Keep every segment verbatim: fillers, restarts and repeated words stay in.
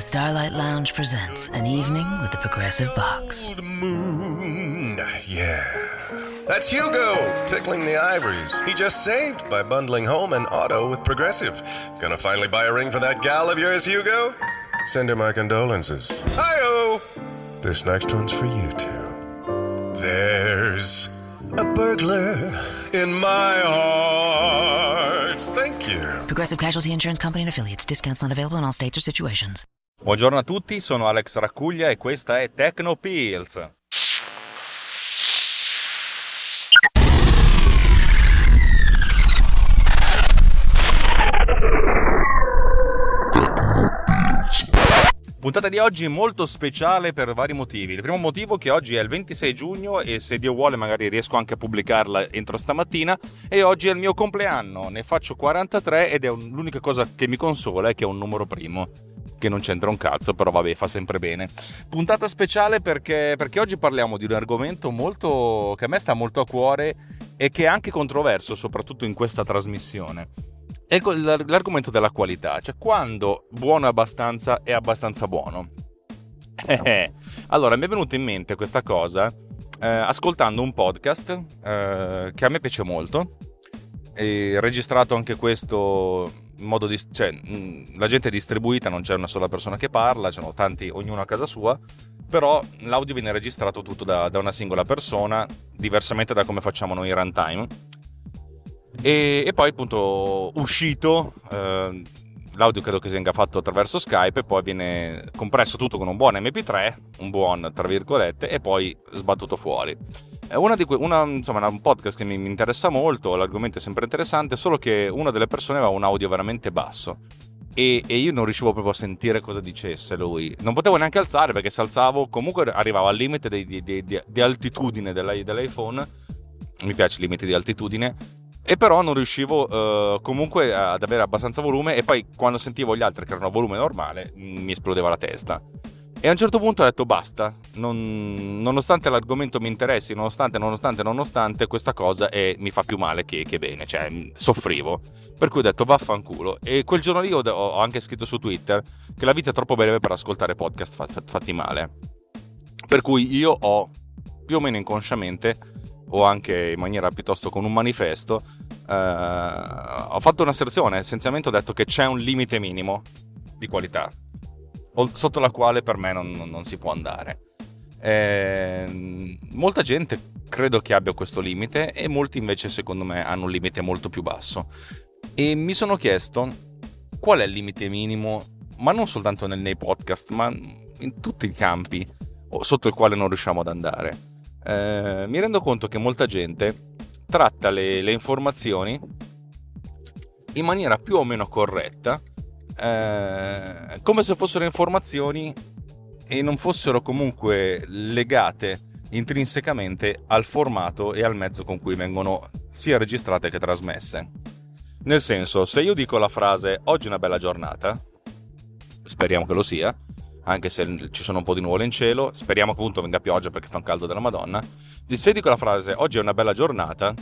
Starlight Lounge presents An Evening with the Progressive Box. Old moon, yeah. That's Hugo, tickling the ivories. He just saved by bundling home and auto with Progressive. Gonna finally buy a ring for that gal of yours, Hugo? Send her my condolences. Hi-oh! This next one's for you two. There's a burglar in my heart. Thank you. Progressive Casualty Insurance Company and Affiliates. Discounts not available in all states or situations. Buongiorno a tutti, sono Alex Raccuglia e questa è Techno Pills. Puntata di oggi molto speciale per vari motivi. Il primo motivo è che oggi è il ventisei giugno e se Dio vuole magari riesco anche a pubblicarla entro stamattina, e oggi è il mio compleanno, ne faccio quarantatré ed è un, l'unica cosa che mi consola è che è un numero primo, che non c'entra un cazzo, però vabbè, fa sempre bene. Puntata speciale perché, perché oggi parliamo di un argomento molto che a me sta molto a cuore e che è anche controverso, soprattutto in questa trasmissione. È l'argomento della qualità, cioè quando buono è abbastanza è abbastanza buono. Allora mi è venuta in mente questa cosa eh, ascoltando un podcast eh, che a me piace molto, e registrato anche questo in modo di, cioè mh, la gente è distribuita, non c'è una sola persona che parla, ce sono tanti, ognuno a casa sua, però l'audio viene registrato tutto da, da una singola persona, diversamente da come facciamo noi in runtime. E, e poi appunto uscito eh, l'audio credo che venga fatto attraverso Skype e poi viene compresso tutto con un buon emme pi tre, un buon tra virgolette, e poi sbattuto fuori. È una di que- una, insomma, un podcast che mi, mi interessa molto, l'argomento è sempre interessante, solo che una delle persone aveva un audio veramente basso e, e io non riuscivo proprio a sentire cosa dicesse lui. Non potevo neanche alzare, perché se alzavo comunque arrivavo al limite di, di, di, di, di altitudine dell'i- dell'iPhone. Mi piace il limite di altitudine. E però non riuscivo uh, comunque ad avere abbastanza volume, e poi quando sentivo gli altri che erano a volume normale mi esplodeva la testa. E a un certo punto ho detto basta, non, nonostante l'argomento mi interessi, nonostante, nonostante, nonostante questa cosa è, mi fa più male che, che bene, cioè soffrivo. Per cui ho detto vaffanculo. E quel giorno lì ho, ho anche scritto su Twitter che la vita è troppo breve per ascoltare podcast fat, fatti male. Per cui io ho più o meno inconsciamente, o anche in maniera piuttosto con un manifesto, eh, ho fatto una selezione. Essenzialmente ho detto che c'è un limite minimo di qualità sotto la quale per me non, non si può andare. Eh, molta gente credo che abbia questo limite e molti invece secondo me hanno un limite molto più basso, e mi sono chiesto qual è il limite minimo, ma non soltanto nel, nei podcast, ma in tutti i campi sotto il quale non riusciamo ad andare. Eh, mi rendo conto che molta gente tratta le, le informazioni in maniera più o meno corretta, eh, come se fossero informazioni e non fossero comunque legate intrinsecamente al formato e al mezzo con cui vengono sia registrate che trasmesse. Nel senso, se io dico la frase oggi è una bella giornata, speriamo che lo sia, anche se ci sono un po' di nuvole in cielo, speriamo che appunto venga pioggia perché fa un caldo della Madonna. Se dico la frase oggi è una bella giornata,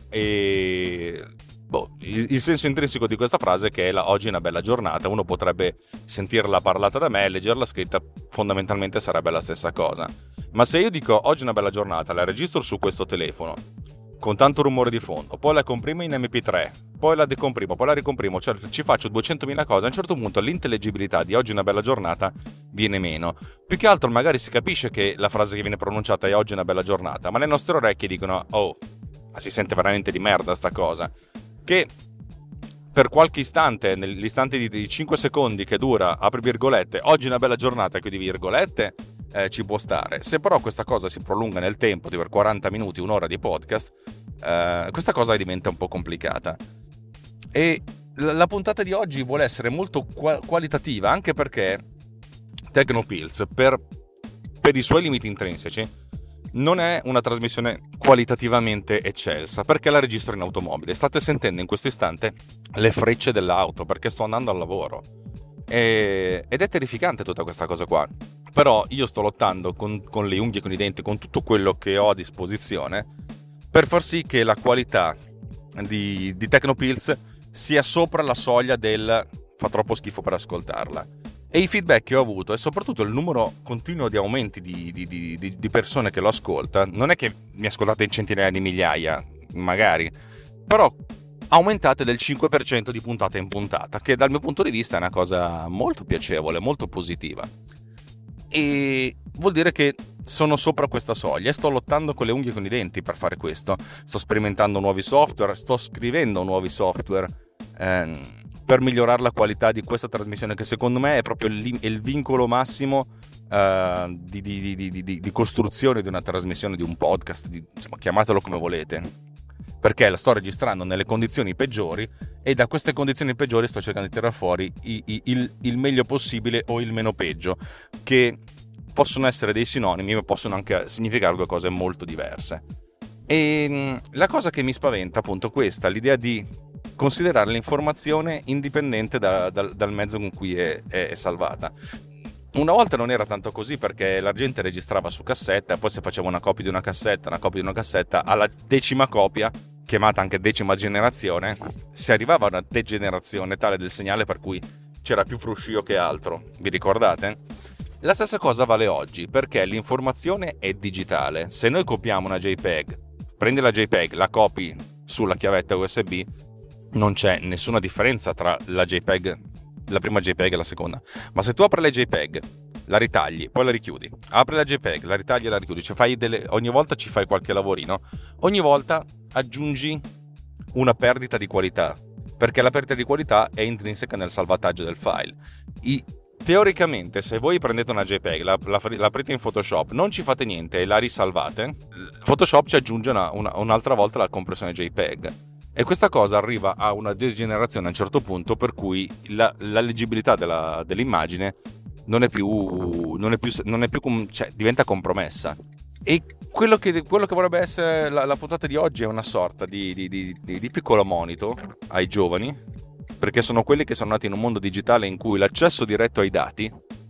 e boh, il, il senso intrinseco di questa frase è che la, oggi è una bella giornata, uno potrebbe sentirla parlata da me e leggerla scritta, fondamentalmente sarebbe la stessa cosa. Ma se io dico oggi è una bella giornata, la registro su questo telefono con tanto rumore di fondo, poi la comprimo in emme pi tre, poi la decomprimo, poi la ricomprimo, cioè ci faccio duecentomila cose, a un certo punto l'intellegibilità di oggi è una bella giornata viene meno. Più che altro magari si capisce che la frase che viene pronunciata è oggi è una bella giornata, ma le nostre orecchie dicono oh, ma si sente veramente di merda sta cosa, che per qualche istante, nell'istante di, di cinque secondi che dura, apri virgolette, oggi è una bella giornata, chiudi virgolette, eh, ci può stare. Se però questa cosa si prolunga nel tempo, di per quaranta minuti, un'ora di podcast, eh, questa cosa diventa un po' complicata. E la, la puntata di oggi vuole essere molto qua- qualitativa, anche perché Techno Pills, per, per i suoi limiti intrinseci, non è una trasmissione qualitativamente eccelsa, perché la registro in automobile. State sentendo in questo istante le frecce dell'auto perché sto andando al lavoro, e, ed è terrificante tutta questa cosa qua. Però io sto lottando con, con le unghie, con i denti, con tutto quello che ho a disposizione per far sì che la qualità di, di Techno Pills sia sopra la soglia del fa troppo schifo per ascoltarla. E i feedback che ho avuto e soprattutto il numero continuo di aumenti di, di, di, di persone che lo ascolta, non è che mi ascoltate in centinaia di migliaia, magari, però aumentate del cinque per cento di puntata in puntata, che dal mio punto di vista è una cosa molto piacevole, molto positiva. E vuol dire che sono sopra questa soglia e sto lottando con le unghie e con i denti per fare questo. Sto sperimentando nuovi software, sto scrivendo nuovi software ehm, per migliorare la qualità di questa trasmissione, che secondo me è proprio il, il vincolo massimo eh, di, di, di, di, di costruzione di una trasmissione, di un podcast, di, insomma, chiamatelo come volete, perché la sto registrando nelle condizioni peggiori e da queste condizioni peggiori sto cercando di tirare fuori i, i, il, il meglio possibile o il meno peggio, che possono essere dei sinonimi ma possono anche significare due cose molto diverse. E la cosa che mi spaventa appunto questa, l'idea di considerare l'informazione indipendente da, da, dal mezzo con cui è, è, è salvata. Una volta non era tanto così, perché la gente registrava su cassetta, poi se faceva una copia di una cassetta, una copia di una cassetta, alla decima copia, chiamata anche decima generazione, si arrivava a una degenerazione tale del segnale per cui c'era più fruscio che altro. Vi ricordate? La stessa cosa vale oggi, perché l'informazione è digitale. Se noi copiamo una JPEG, prendi la JPEG, la copi sulla chiavetta U S B, non c'è nessuna differenza tra la JPEG, la prima JPEG e la seconda. Ma se tu apri la JPEG, la ritagli, poi la richiudi, apri la JPEG, la ritagli e la richiudi, cioè fai delle, ogni volta ci fai qualche lavorino, ogni volta aggiungi una perdita di qualità, perché la perdita di qualità è intrinseca nel salvataggio del file. I, teoricamente, se voi prendete una JPEG, la, la, la aprite in Photoshop, non ci fate niente e la risalvate, Photoshop ci aggiunge una, una, un'altra volta la compressione JPEG. E questa cosa arriva a una degenerazione a un certo punto, per cui la, la leggibilità della, dell'immagine non è più, non è più, non è più cioè, diventa compromessa. E quello che, quello che vorrebbe essere la, la puntata di oggi è una sorta di, di, di, di, di piccolo monito ai giovani, perché sono quelli che sono nati in un mondo digitale in cui l'accesso diretto ai dati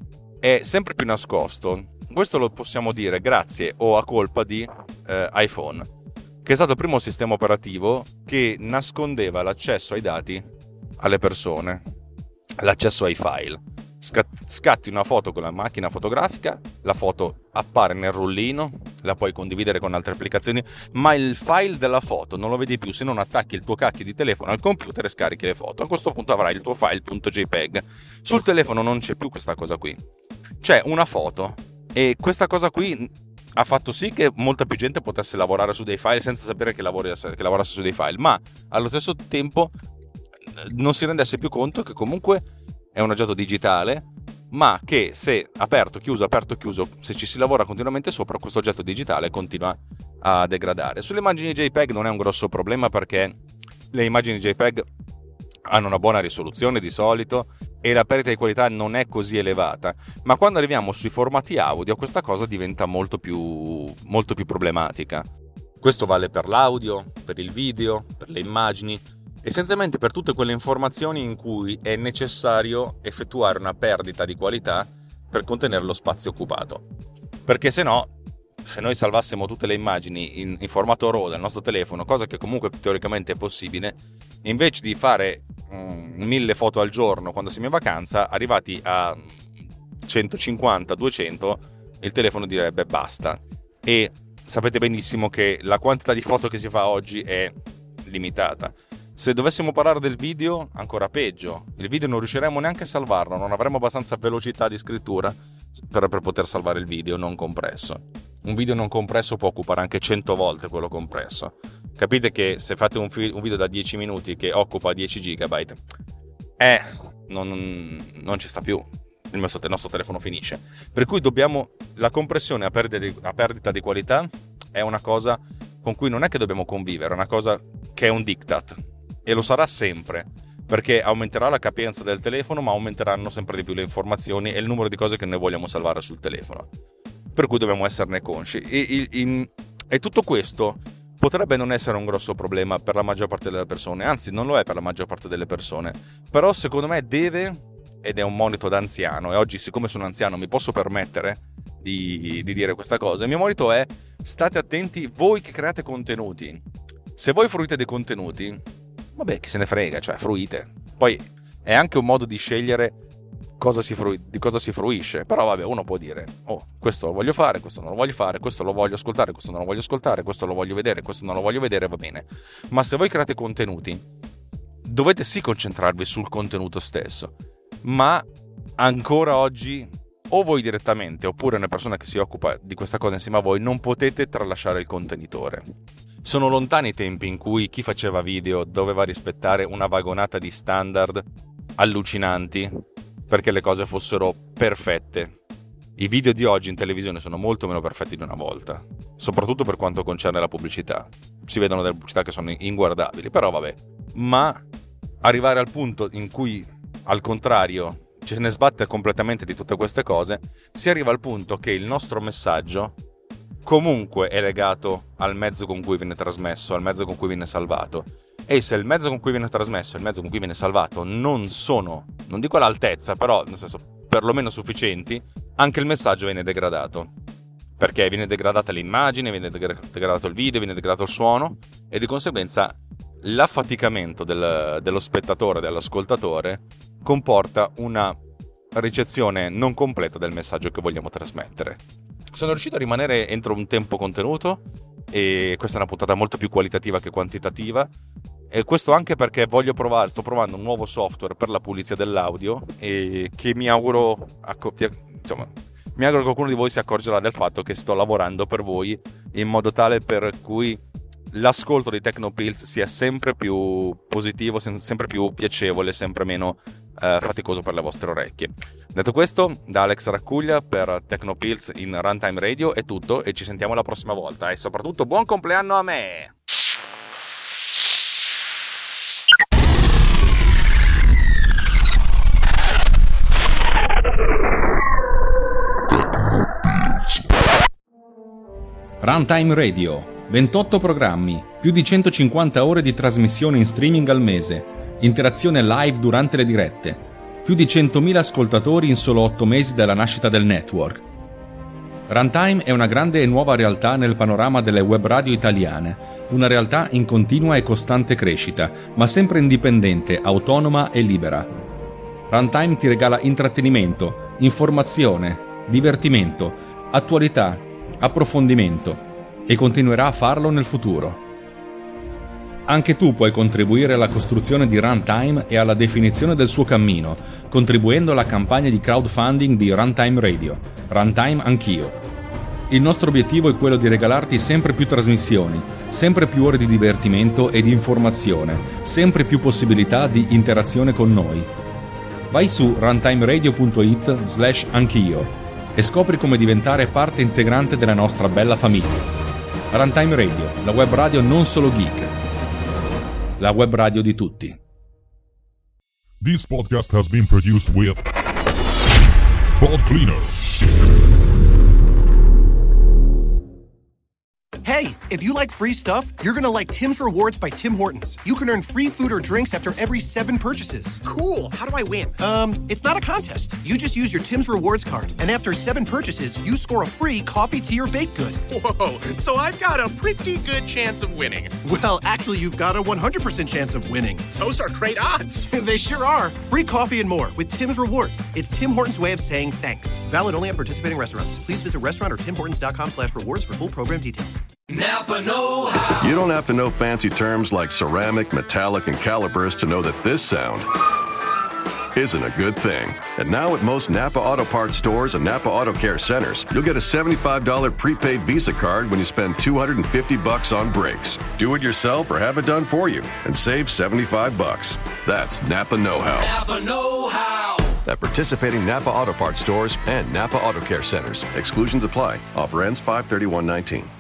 è sempre più nascosto. Questo lo possiamo dire grazie o a colpa di eh, iPhone, che è stato il primo sistema operativo che nascondeva l'accesso ai dati alle persone, l'accesso ai file. Scatti una foto con la macchina fotografica, la foto appare nel rullino, la puoi condividere con altre applicazioni, ma il file della foto non lo vedi più se non attacchi il tuo cacchio di telefono al computer e scarichi le foto. A questo punto avrai il tuo file.jpg. Sul telefono non c'è più questa cosa qui, c'è una foto, e questa cosa qui ha fatto sì che molta più gente potesse lavorare su dei file senza sapere che, lavori, che lavorasse su dei file, ma allo stesso tempo non si rendesse più conto che comunque è un oggetto digitale, ma che se aperto, chiuso, aperto, chiuso, se ci si lavora continuamente sopra, questo oggetto digitale continua a degradare. Sulle immagini JPEG non è un grosso problema, perché le immagini JPEG hanno una buona risoluzione di solito e la perdita di qualità non è così elevata, ma quando arriviamo sui formati audio questa cosa diventa molto più, molto più problematica. Questo vale per l'audio, per il video, per le immagini, essenzialmente per tutte quelle informazioni in cui è necessario effettuare una perdita di qualità per contenere lo spazio occupato. Perché se no, se noi salvassimo tutte le immagini in, in formato RAW del nostro telefono, cosa che comunque teoricamente è possibile, invece di fare um, mille foto al giorno quando siamo in vacanza, arrivati a centocinquanta duecento, il telefono direbbe basta. E sapete benissimo che la quantità di foto che si fa oggi è limitata. Se dovessimo parlare del video, ancora peggio. Il video non riusciremo neanche a salvarlo, non avremo abbastanza velocità di scrittura per, per poter salvare il video non compresso. Un video non compresso può occupare anche cento volte quello compresso. Capite che se fate un, fi- un video da dieci minuti che occupa dieci gigabyte, eh, non, non ci sta più. Il nostro, il nostro telefono finisce. Per cui dobbiamo, la compressione a perdita, di, a perdita di qualità è una cosa con cui non è che dobbiamo convivere, è una cosa che è un diktat. E lo sarà sempre, perché aumenterà la capienza del telefono, ma aumenteranno sempre di più le informazioni e il numero di cose che noi vogliamo salvare sul telefono. Per cui dobbiamo esserne consci. E, in, e tutto questo potrebbe non essere un grosso problema per la maggior parte delle persone, anzi non lo è per la maggior parte delle persone, però secondo me deve, ed è un monito da anziano, e oggi siccome sono anziano mi posso permettere di, di dire questa cosa, il mio monito è: state attenti voi che create contenuti. Se voi fruite dei contenuti, vabbè, chi se ne frega, cioè fruite. Poi è anche un modo di scegliere cosa si frui- di cosa si fruisce. Però vabbè, uno può dire: oh, questo lo voglio fare, questo non lo voglio fare, questo lo voglio ascoltare, questo non lo voglio ascoltare, questo lo voglio vedere, questo non lo voglio vedere, va bene. Ma se voi create contenuti, dovete sì concentrarvi sul contenuto stesso, ma ancora oggi o voi direttamente oppure una persona che si occupa di questa cosa insieme a voi non potete tralasciare il contenitore. Sono lontani i tempi in cui chi faceva video doveva rispettare una vagonata di standard allucinanti perché le cose fossero perfette. I video di oggi in televisione sono molto meno perfetti di una volta, soprattutto per quanto concerne la pubblicità. Si vedono delle pubblicità che sono inguardabili, però vabbè. Ma arrivare al punto in cui, al contrario, ce ne sbatte completamente di tutte queste cose, si arriva al punto che il nostro messaggio comunque è legato al mezzo con cui viene trasmesso, al mezzo con cui viene salvato. E se il mezzo con cui viene trasmesso e il mezzo con cui viene salvato non sono, non dico all'altezza, però nel senso perlomeno sufficienti, anche il messaggio viene degradato. Perché viene degradata l'immagine, viene degradato il video, viene degradato il suono, e di conseguenza l'affaticamento del, dello spettatore, dell'ascoltatore, comporta una ricezione non completa del messaggio che vogliamo trasmettere. Sono riuscito a rimanere entro un tempo contenuto, e questa è una puntata molto più qualitativa che quantitativa, e questo anche perché voglio provare, sto provando un nuovo software per la pulizia dell'audio, e che mi auguro, insomma, mi auguro che qualcuno di voi si accorgerà del fatto che sto lavorando per voi in modo tale per cui l'ascolto di Tecnopills sia sempre più positivo, sempre più piacevole, sempre meno eh, faticoso per le vostre orecchie. Detto questo, da Alex Raccuglia per Tecnopills in Runtime Radio è tutto, e ci sentiamo la prossima volta, e soprattutto buon compleanno a me! Runtime Radio, ventotto programmi, più di centocinquanta ore di trasmissione in streaming al mese, interazione live durante le dirette, più di centomila ascoltatori in solo otto mesi dalla nascita del network. Runtime è una grande e nuova realtà nel panorama delle web radio italiane, una realtà in continua e costante crescita, ma sempre indipendente, autonoma e libera. Runtime ti regala intrattenimento, informazione, divertimento, attualità, approfondimento, e continuerà a farlo nel futuro. Anche tu puoi contribuire alla costruzione di Runtime e alla definizione del suo cammino, contribuendo alla campagna di crowdfunding di Runtime Radio, Runtime Anch'io. Il nostro obiettivo è quello di regalarti sempre più trasmissioni, sempre più ore di divertimento e di informazione, sempre più possibilità di interazione con noi. Vai su runtimeradio.it slash anch'io e scopri come diventare parte integrante della nostra bella famiglia. Runtime Radio, la web radio non solo geek, la web radio di tutti. This podcast has been produced with Pod Cleaner. Hey, if you like free stuff, you're gonna like Tim's Rewards by Tim Hortons. You can earn free food or drinks after every seven purchases. Cool. How do I win? Um, it's not a contest. You just use your Tim's Rewards card, and after seven purchases, you score a free coffee, tea, or baked good. Whoa, so I've got a pretty good chance of winning. Well, actually, you've got a one hundred percent chance of winning. Those are great odds. They sure are. Free coffee and more with Tim's Rewards. It's Tim Hortons' way of saying thanks. Valid only at participating restaurants. Please visit restaurant or timhortons.com slash rewards for full program details. Napa know-how. You don't have to know fancy terms like ceramic, metallic, and calipers to know that this sound isn't a good thing. And now at most Napa Auto Parts stores and Napa Auto Care centers, you'll get a seventy-five dollars prepaid Visa card when you spend two hundred fifty bucks on brakes. Do it yourself or have it done for you and save seventy-five bucks. That's Napa know-how. Napa know-how. At participating Napa Auto Parts stores and Napa Auto Care centers. Exclusions apply. Offer ends five thirty-one nineteen.